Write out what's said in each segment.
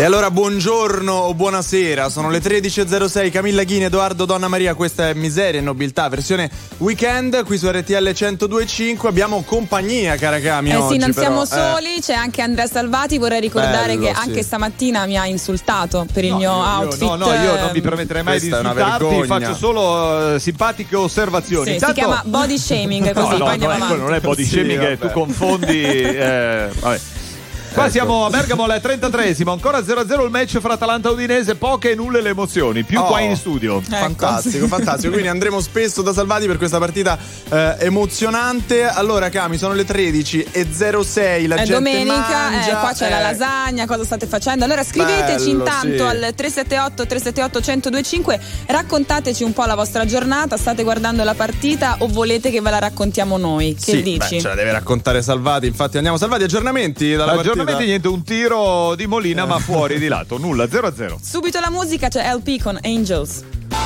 E allora buongiorno o buonasera, sono le 13.06, Camilla Ghini, Edoardo Donna Maria, questa è Miseria e Nobiltà, versione weekend, qui su RTL 102.5, abbiamo compagnia, cara Cami, oggi, sì, non però, siamo soli, c'è anche Andrea Salvati, vorrei ricordare bello, che anche stamattina mi ha insultato per il mio outfit. Io non mi permetterei mai di insultarti, faccio solo simpatiche osservazioni. Sì, intanto... si chiama body shaming, così, poi andiamo avanti. Non è body shaming, tu confondi... vabbè. Qua siamo a Bergamo al 33esimo, ancora 0-0 il match fra Atalanta e Udinese, poche e nulle le emozioni, più qua in studio. Fantastico, fantastico. Quindi andremo spesso da Salvati per questa partita emozionante. Allora, Cami, sono le 13.06, la gente domenica, mangia, qua c'è la lasagna, cosa state facendo? Allora scriveteci intanto al 378-378-1025, raccontateci un po' la vostra giornata, state guardando la partita o volete che ve la raccontiamo noi? Che dici? Ce la deve raccontare Salvati, infatti andiamo Salvati, aggiornamenti dalla partita. Niente, un tiro di Molina ma fuori di lato, nulla, 0-0. Subito la musica, c'è LP con Angels.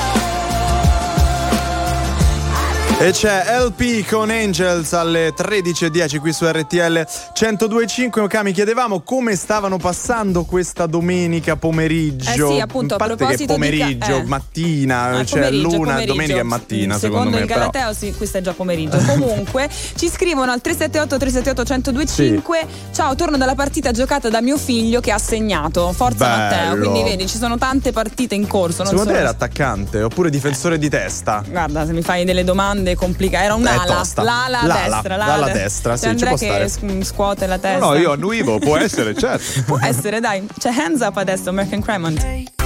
E c'è LP con Angels alle 13.10 qui su RTL 102.5. Cami, chiedevamo come stavano passando questa domenica pomeriggio. Sì, appunto, a proposito pomeriggio, mattina, cioè luna, domenica e mattina, secondo me. Il Galateo, sì, questo è già pomeriggio. Comunque, ci scrivono al 378-378-1025. Sì. Ciao, torno dalla partita giocata da mio figlio che ha segnato. Forza Matteo. Quindi vedi, ci sono tante partite in corso. Non secondo te era attaccante oppure difensore di testa? Guarda, se mi fai delle domande complicate, era un'ala, l'ala destra, sì, ci può stare. Che scuote la testa. No, io annuivo, può essere, certo. Può essere, dai. C'è Hands Up adesso, Merck & Cremont.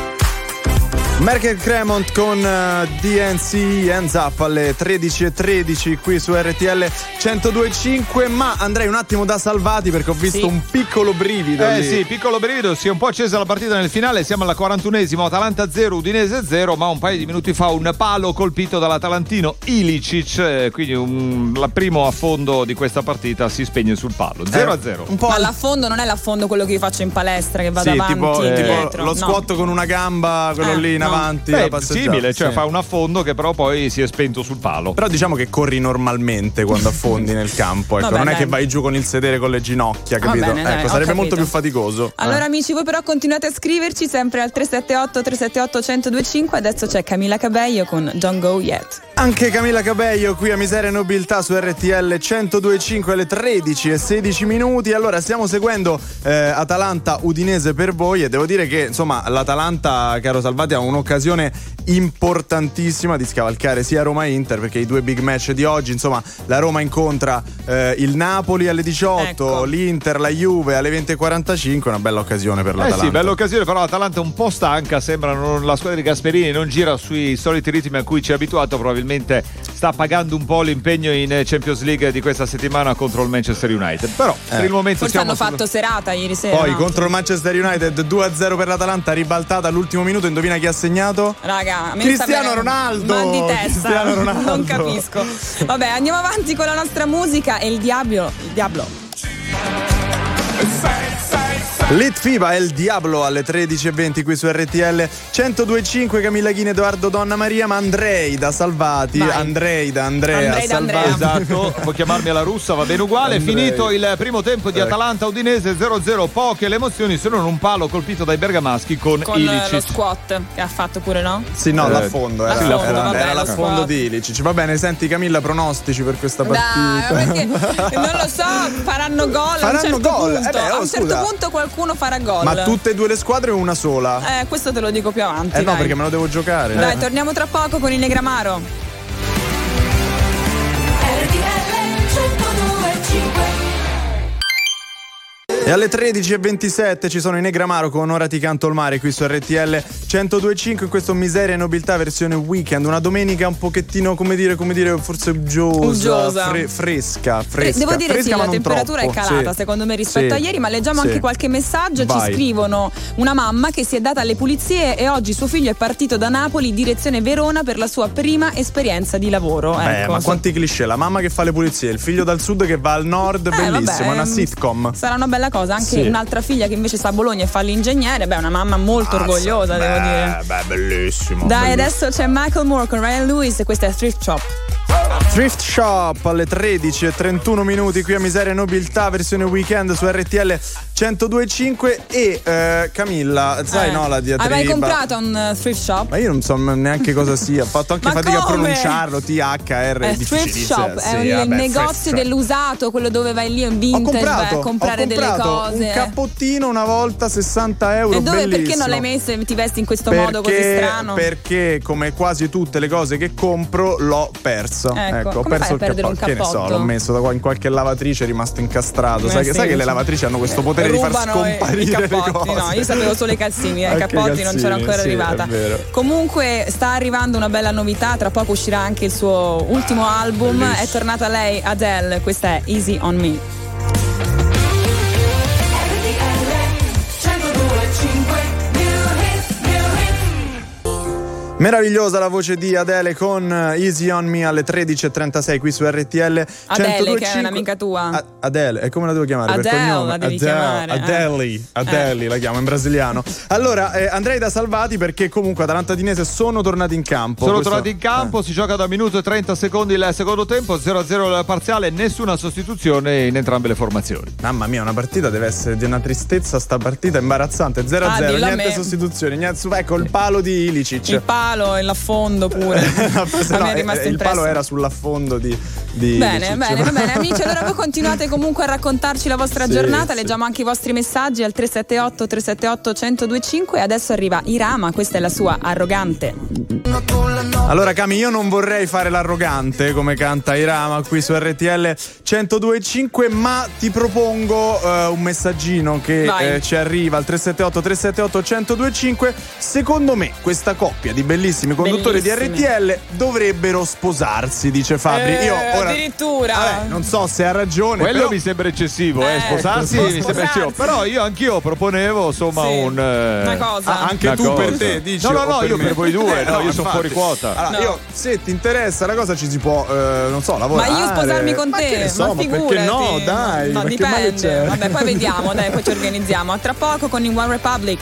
Merck & Cremont con DNC, Hands Up alle 13.13 qui su RTL 102.5. Ma andrei un attimo da Salvati perché ho visto un piccolo brivido lì. Sì, piccolo brivido, si è un po' accesa la partita nel finale, siamo alla 41esimo, Atalanta 0, Udinese 0, ma un paio di minuti fa un palo colpito dall'atalantino Ilicic, quindi il primo affondo di questa partita si spegne sul palo, 0-0. Ma l'affondo non è l'affondo quello che io faccio in palestra, che vado avanti, tipo dietro. Lo squat con una gamba, quello lì in avanti. Simile, cioè fa un affondo che però poi si è spento sul palo. Però diciamo che corri normalmente quando affondi nel campo, ecco. Non è che vai giù con il sedere con le ginocchia, capito? Bene, sarebbe molto più faticoso. Allora amici, voi però continuate a scriverci sempre al 378-378-1025. Adesso c'è Camilla Cabello con Don't Go Yet. Anche Camilla Cabello qui a Miseria e Nobiltà su RTL 102.5 alle 13.16 minuti. Allora stiamo seguendo Atalanta Udinese per voi e devo dire che insomma l'Atalanta, caro Salvati, ha un'occasione importantissima di scavalcare sia Roma e Inter, perché i due big match di oggi, insomma, la Roma incontra il Napoli alle 18, l'Inter la Juve alle 20.45, una bella occasione per l'Atalanta. Sì, bella occasione, però l'Atalanta è un po' stanca, sembra la squadra di Gasperini non gira sui soliti ritmi a cui ci è abituato, probabilmente sta pagando un po' l'impegno in Champions League di questa settimana contro il Manchester United, però per il momento forse hanno fatto serata ieri sera. Poi contro il Manchester United 2-0 per l'Atalanta, ribaltata all'ultimo minuto, indovina chi ha segnato? Raga, Cristiano Ronaldo. Mal di testa. Cristiano Ronaldo. Non capisco. Vabbè, andiamo avanti con la nostra musica e il Diablo. Litfiba è il Diablo alle 13.20 qui su RTL 102.5. Camilla Ghini, Edoardo Donna Maria, ma Andrei da Salvati. Vai. Andrei da Andrea Salvati. Esatto, può chiamarmi alla russa, va bene uguale. Andrei. Finito il primo tempo di Atalanta Udinese 0-0, poche le emozioni, se non un palo colpito dai bergamaschi con Ilicic. Lo squat che ha fatto pure, no? Sì, no, l'affondo. Era l'affondo di Ilicic. Va bene, senti Camilla, pronostici per questa partita? Perché non lo so, faranno gol a un certo punto. A un certo punto qualcuno farà gol. Ma tutte e due le squadre o una sola? Questo te lo dico più avanti. No, perché me lo devo giocare. Dai, torniamo tra poco con il Negramaro. E alle 13.27 ci sono i Negramaro con Ora ti canto il mare qui su RTL 102.5 in questo Miseria e Nobiltà versione weekend, una domenica un pochettino come dire forse uggiosa. Fresca. Devo dire fresca, sì, la temperatura troppo. È calata secondo me rispetto a ieri, ma leggiamo anche qualche messaggio. Vai. Ci scrivono una mamma che si è data alle pulizie e oggi suo figlio è partito da Napoli direzione Verona per la sua prima esperienza di lavoro. Ma quanti cliché, la mamma che fa le pulizie, il figlio dal sud che va al nord, bellissimo, è una sitcom. Sarà una bella cosa. Anche un'altra figlia che invece sta a Bologna e fa l'ingegnere, una mamma molto orgogliosa, devo dire. Bellissimo. Dai, adesso c'è Michael Moore con Ryan Lewis e questa è Thrift Shop. Thrift Shop alle 13:31 qui a Miseria e Nobiltà, versione weekend su RTL 102.5. E Camilla, sai no, la diatriba. Hai mai comprato un thrift shop? Ma io non so neanche cosa sia, ho fatto anche fatica a pronunciarlo. THR. Thrift Shop è il negozio dell'usato, quello dove vai lì in vintage, vai a comprare delle cose. Un cappottino una volta, 60 euro. E dove? Bellissimo. Perché non l'hai messo e ti vesti in questo modo così strano? Perché come quasi tutte le cose che compro l'ho perso. Ecco, ho perso il cappotto. Che ne so, l'ho messo in qualche lavatrice, è rimasto incastrato. Sai che le lavatrici hanno questo potere di far scomparire le cose. No, io sapevo solo i calzini, ai cappotti non c'era ancora arrivata. Comunque sta arrivando una bella novità, tra poco uscirà anche il suo ultimo album. È tornata lei, Adele, questa è Easy on Me. Meravigliosa la voce di Adele con Easy on Me alle 13:36 qui su RTL 102.5. Adele, che è un'amica tua. Adele, e come la devo chiamare? Adele, per cognome? la devi chiamare. Adele, la chiamo in brasiliano. Allora, andrei da Salvati perché comunque Atalanta Udinese sono tornati in campo. Tornati in campo, si gioca da minuto e 30 secondi il secondo tempo, 0-0 il parziale, nessuna sostituzione in entrambe le formazioni. Mamma mia, una partita deve essere di una tristezza, sta partita imbarazzante, 0-0, niente sostituzioni, niente, ecco il palo di Ilicic. Il palo e l'affondo pure. Il palo era sull'affondo di Bene, va bene amici, allora voi continuate comunque a raccontarci la vostra giornata, leggiamo anche i vostri messaggi al 378-378-1025 e adesso arriva Irama, questa è la sua Arrogante. Allora Cami, io non vorrei fare l'arrogante come canta Irama qui su RTL 102.5, ma ti propongo un messaggino che ci arriva al 378-378-1025. Secondo me questa coppia di bellissimi conduttori di RTL dovrebbero sposarsi, dice Fabri. Io ora addirittura non so se ha ragione, quello però mi sembra eccessivo, sposarsi mi sembra eccessivo, però anch'io proponevo insomma una cosa. Anche tu per te dici? No, io per voi due, io infatti, sono fuori quota. Allora, io, se ti interessa la cosa, ci si può non so, lavorare. Ma io sposarmi con te? Ma perché no, dai, no, dipende. Vabbè, poi vediamo, dai, poi ci organizziamo. A tra poco con i One Republic.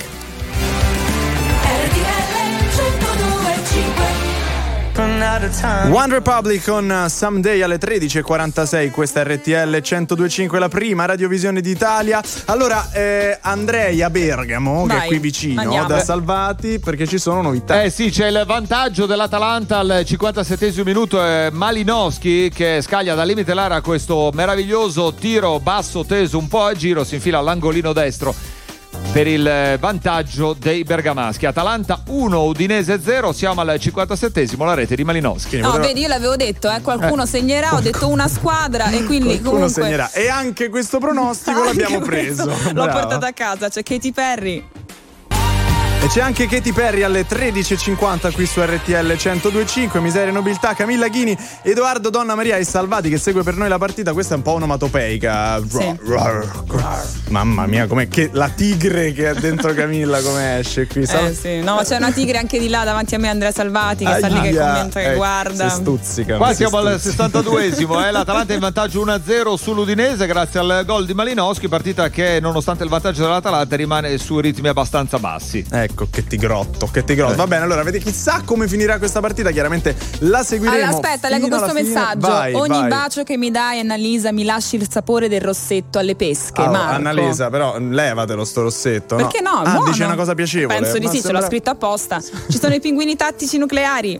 One Republic con Someday alle 13:46, questa è RTL 102.5, la prima radiovisione d'Italia. Allora andrei a Bergamo, che è qui vicino, da Salvati, perché ci sono novità. Sì, c'è il vantaggio dell'Atalanta al 57esimo minuto, Malinowski che scaglia dal limite l'area questo meraviglioso tiro basso teso un po' a giro, si infila all'angolino destro per il vantaggio dei bergamaschi. Atalanta 1, Udinese 0, siamo al 57esimo, la rete di Malinowski. No, vedi, io l'avevo detto, qualcuno segnerà, ho detto una squadra e quindi comunque segnerà. E anche questo pronostico l'abbiamo preso. L'ho portato a casa, c'è Katy Perry. E c'è anche Katy Perry alle 13:50 qui su RTL 102.5, Miseria e Nobiltà, Camilla Ghini, Edoardo Donna Maria e Salvati che segue per noi la partita. Questa è un po' onomatopeica. Sì. Mamma mia, com'è che la tigre che è dentro Camilla come esce qui. Sì, no, ma c'è una tigre anche di là davanti a me, Andrea Salvati, che sta lì che commenta, che guarda. Si stuzzica. Qua siamo al 62esimo, l'Atalanta in vantaggio 1-0 sull'Udinese grazie al gol di Malinowski, partita che nonostante il vantaggio dell'Atalanta rimane su ritmi abbastanza bassi. Ecco, che ti grotto. Va bene, allora, vedi, chissà come finirà questa partita, chiaramente la seguiremo. Allora, aspetta, leggo questo messaggio. Ogni bacio che mi dai, Annalisa, mi lasci il sapore del rossetto alle pesche. Annalisa, però levatelo sto rossetto. Perché no? Buono. Dice una cosa piacevole. Penso di sì, ce l'ho scritto apposta. Ci sono i pinguini tattici nucleari.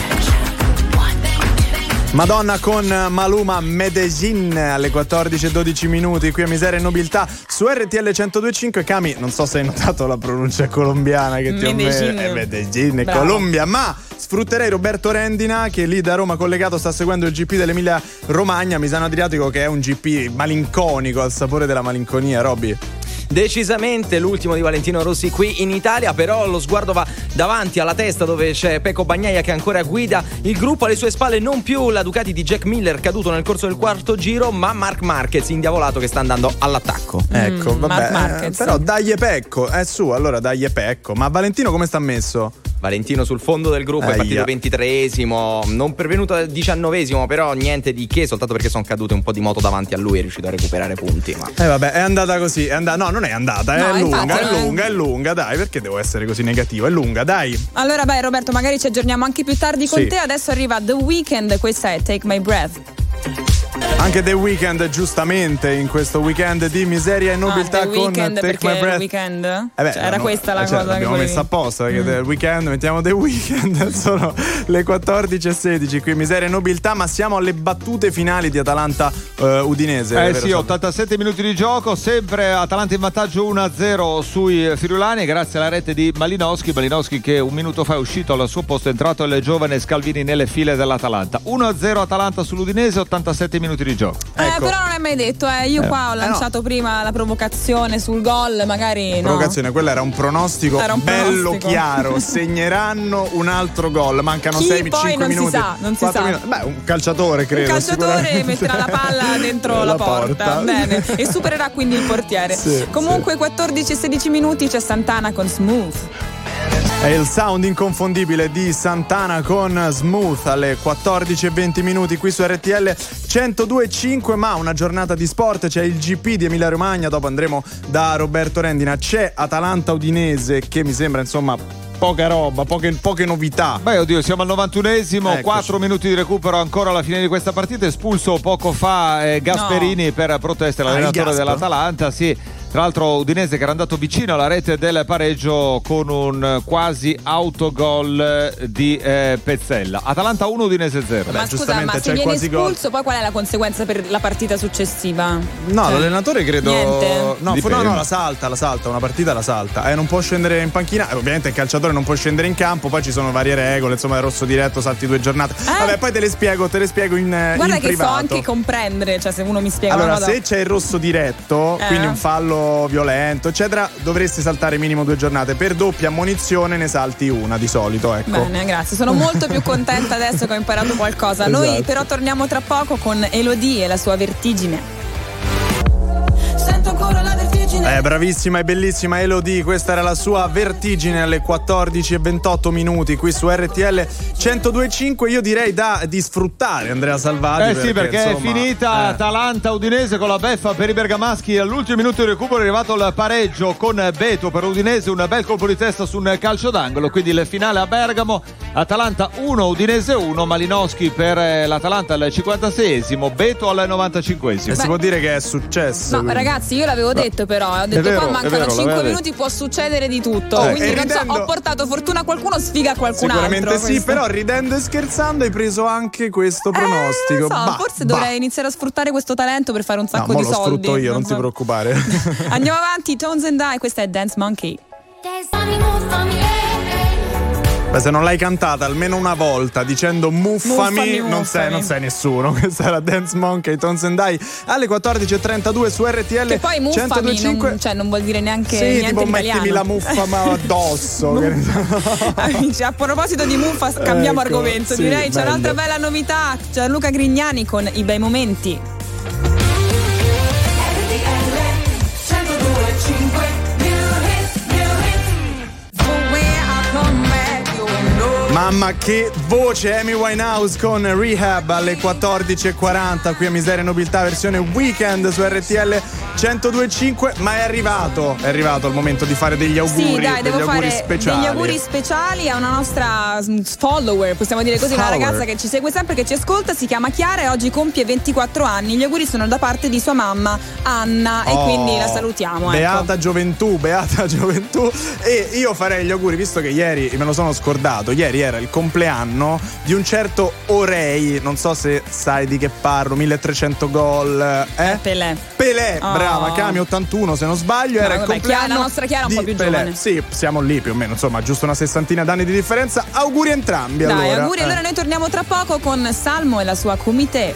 Madonna con Maluma Medellin alle 14:12 qui a Miseria e Nobiltà su RTL 102.5. Cami, non so se hai notato la pronuncia colombiana che ti ho messo. Medellin, Colombia, ma sfrutterei Roberto Rendina che lì da Roma collegato sta seguendo il GP dell'Emilia Romagna, Misano Adriatico, che è un GP malinconico, al sapore della malinconia. Robby? Decisamente l'ultimo di Valentino Rossi qui in Italia, però lo sguardo va davanti alla testa dove c'è Pecco Bagnaia che ancora guida il gruppo, alle sue spalle non più la Ducati di Jack Miller caduto nel corso del quarto giro, ma Marc Marquez indiavolato che sta andando all'attacco. Ecco, vabbè, però dagli Pecco, allora dagli Pecco. Ma Valentino come sta messo? Valentino sul fondo del gruppo, è partito 23esimo, non pervenuto al 19esimo, però niente di che, soltanto perché sono cadute un po' di moto davanti a lui, è riuscito a recuperare punti. Ma... vabbè, è andata così, no, non è andata, no, è lunga, dai, perché devo essere così negativo? È lunga, dai. Allora, beh, Roberto, magari ci aggiorniamo anche più tardi con te. Adesso arriva The Weeknd, questa è Take My Breath. Anche The Weeknd, giustamente, in questo weekend di miseria e nobiltà con Take My Breath. Weekend? Era questa la cosa che abbiamo messo apposta, perché The Weekend, mettiamo The Weeknd. Sono le 14:16 qui, miseria e nobiltà, ma siamo alle battute finali di Atalanta Udinese. Sì, 87 minuti di gioco, sempre Atalanta in vantaggio 1-0 sui friulani, grazie alla rete di Malinowski che un minuto fa è uscito al suo posto, è entrato il giovane Scalvini nelle file dell'Atalanta. 1-0 Atalanta sull'Udinese, 87 minuti di gioco. Ecco. Però non è mai detto, io qua ho lanciato prima la provocazione sul gol, magari no. Provocazione, quella era un pronostico bello chiaro, segneranno un altro gol, mancano 6-5 minuti. Non si sa. Beh, un calciatore credo. Un calciatore metterà la palla dentro la porta. Bene, e supererà quindi il portiere. Comunque 14-16 minuti, c'è Santana con Smooth. È il sound inconfondibile di Santana con Smooth alle 14:20 minuti qui su RTL 102.5, ma una giornata di sport, c'è il GP di Emilia Romagna, dopo andremo da Roberto Rendina, c'è Atalanta Udinese che mi sembra insomma poca roba, poche novità. Beh, oddio, siamo al 91esimo, 4 minuti di recupero ancora alla fine di questa partita, espulso poco fa Gasperini per proteste, l'allenatore dell'Atalanta, sì. Tra l'altro Udinese che era andato vicino alla rete del pareggio con un quasi autogol di Pezzella. Atalanta 1, Udinese 0. Ma scusa, ma se viene espulso poi qual è la conseguenza per la partita successiva? No, l'allenatore credo... Niente. No, la salta, una partita la salta. Non può scendere in panchina, ovviamente il calciatore non può scendere in campo, poi ci sono varie regole, insomma il rosso diretto, salti 2 giornate. Vabbè, poi te le spiego in Guarda che privato. so anche comprendere, cioè se uno mi spiega allora, se c'è il rosso diretto, quindi un fallo violento eccetera, dovresti saltare minimo 2 giornate, per doppia ammonizione ne salti una di solito, ecco. Bene, grazie, sono molto più contenta adesso che ho imparato qualcosa. Noi però torniamo tra poco con Elodie e la sua Vertigine. Sento ancora la vertigine. Bravissima e bellissima Elodie, questa era la sua Vertigine alle 14:28 minuti qui su RTL 102.5. Io direi di sfruttare Andrea Salvati. Sì, perché è finita Atalanta Udinese con la beffa per i bergamaschi. All'ultimo minuto di recupero è arrivato il pareggio con Beto per Udinese, un bel colpo di testa su un calcio d'angolo, quindi il finale a Bergamo. Atalanta 1, Udinese 1, Malinowski per l'Atalanta al 56esimo, Beto al 95esimo. E si può dire che è successo. No, ragazzi, io l'avevo detto, però ho detto vero, qua mancano 5 minuti, può succedere di tutto. Quindi non so, ho portato fortuna a qualcuno, sfiga a qualcun sicuramente altro. Sì, però ridendo e scherzando hai preso anche questo pronostico. Forse dovrei iniziare a sfruttare questo talento per fare un sacco di soldi. Lo sfrutto io, non ti preoccupare. Andiamo avanti, Tones and I, questa è Dance Monkey. Beh, se non l'hai cantata almeno una volta dicendo muffami. Non sei nessuno. Questa era Dance Monkey, Tones and I alle 14:32 su RTL. Che poi muffami 102.5 non vuol dire neanche niente tipo in italiano. mettimi la muffa ma addosso. Amici, a proposito di muffa cambiamo argomento, direi. C'è un'altra bella novità, Gianluca Grignani con I bei momenti. Mamma che voce, Amy Winehouse con Rehab alle 14:40 qui a Miseria e Nobiltà versione weekend su RTL 102.5, ma è arrivato il momento di fare degli auguri. Sì, dai, devo fare speciali. degli auguri speciali a una nostra follower, possiamo dire così, una ragazza che ci segue sempre, che ci ascolta, si chiama Chiara e oggi compie 24 anni. Gli auguri sono da parte di sua mamma Anna e quindi la salutiamo. Beata gioventù. E io farei gli auguri, visto che ieri me lo sono scordato, ieri era il compleanno di un certo Orei, non so se sai di che parlo, 1300 gol. Pelé, brava, Cami 81 se non sbaglio, era il compleanno. La nostra Chiara un po' più Pelé. giovane. Sì, siamo lì più o meno, insomma, giusto una 60 d'anni di differenza. Auguri entrambi. Dai, allora. Auguri, allora noi torniamo tra poco con Salmo e la sua Comité.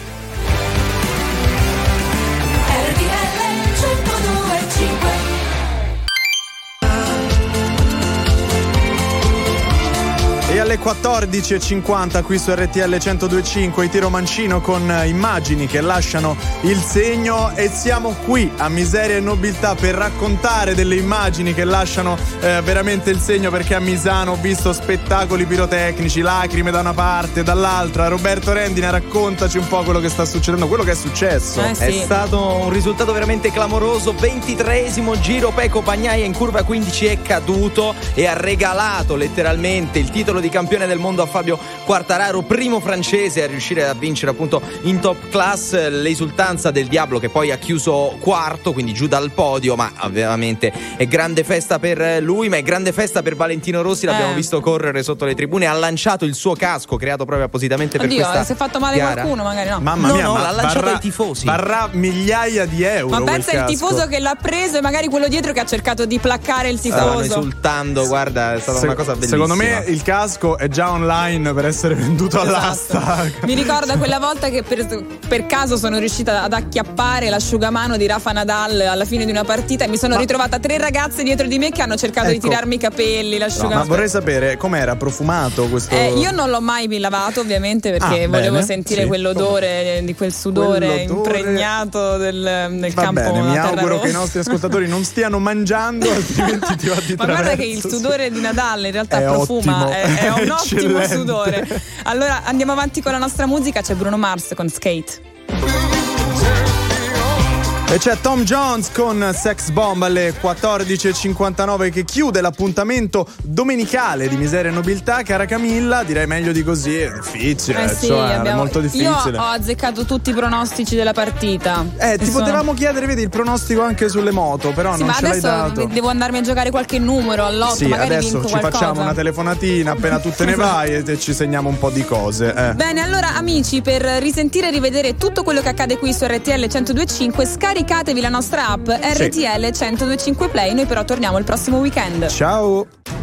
E alle 14.50 qui su RTL 102.5 i Tiro Mancino con immagini che lasciano il segno, e siamo qui a Miseria e Nobiltà per raccontare delle immagini che lasciano veramente il segno, perché a Misano ho visto spettacoli pirotecnici, lacrime da una parte e dall'altra. Roberto Rendina, raccontaci un po' quello che sta succedendo, quello che è successo. Sì. È stato un risultato veramente clamoroso. 23esimo giro, Pecco Bagnaia in curva 15 è caduto e ha regalato letteralmente il titolo di campione del mondo a Fabio Quartararo, primo francese a riuscire a vincere appunto in top class. L'esultanza del Diablo, che poi ha chiuso quarto, quindi giù dal podio, ma ovviamente è grande festa per lui, ma è grande festa per Valentino Rossi. L'abbiamo visto correre sotto le tribune, ha lanciato il suo casco creato proprio appositamente per questa si è fatto male gara. Qualcuno magari no. Mamma mia, l'ha lanciato ai tifosi. Varrà migliaia di euro. Ma pensa il tifoso che l'ha preso e magari quello dietro che ha cercato di placcare il tifoso. Stavano esultando, guarda, è stata una cosa bellissima. Secondo me il casco è già online per essere venduto all'asta. Mi ricorda quella volta che per caso sono riuscita ad acchiappare l'asciugamano di Rafa Nadal alla fine di una partita e mi sono ritrovata 3 ragazze dietro di me che hanno cercato di tirarmi i capelli, l'asciugamano. Ma vorrei sapere com'era profumato questo. Io non l'ho mai lavato ovviamente perché volevo sentire quell'odore di quel sudore impregnato del Va campo. bene, mi auguro rossa. che i nostri ascoltatori non stiano mangiando, altrimenti ti va di traverso. Ma guarda che il sudore di Nadal in realtà è profuma, ottimo. è un ottimo Eccellente. sudore. Allora andiamo avanti con la nostra musica, c'è Bruno Mars con Skate. E c'è Tom Jones con Sex Bomb alle 14.59 che chiude l'appuntamento domenicale di Miseria e Nobiltà. Cara Camilla, direi meglio di così, è difficile, Sì, è molto difficile. Io ho azzeccato tutti i pronostici della partita. Ti potevamo chiedere, vedi, il pronostico anche sulle moto, però non ma ce l'hai adesso dato. devo andarmi a giocare qualche numero all'otto, Sì, magari adesso vinco ci qualcosa. facciamo una telefonatina appena tu te ne vai e ci segniamo un po' di cose. Bene, allora amici, per risentire e rivedere tutto quello che accade qui su RTL 102.5 scaricatevi la nostra app RTL 102.5 Play. Noi però torniamo il prossimo weekend. Ciao.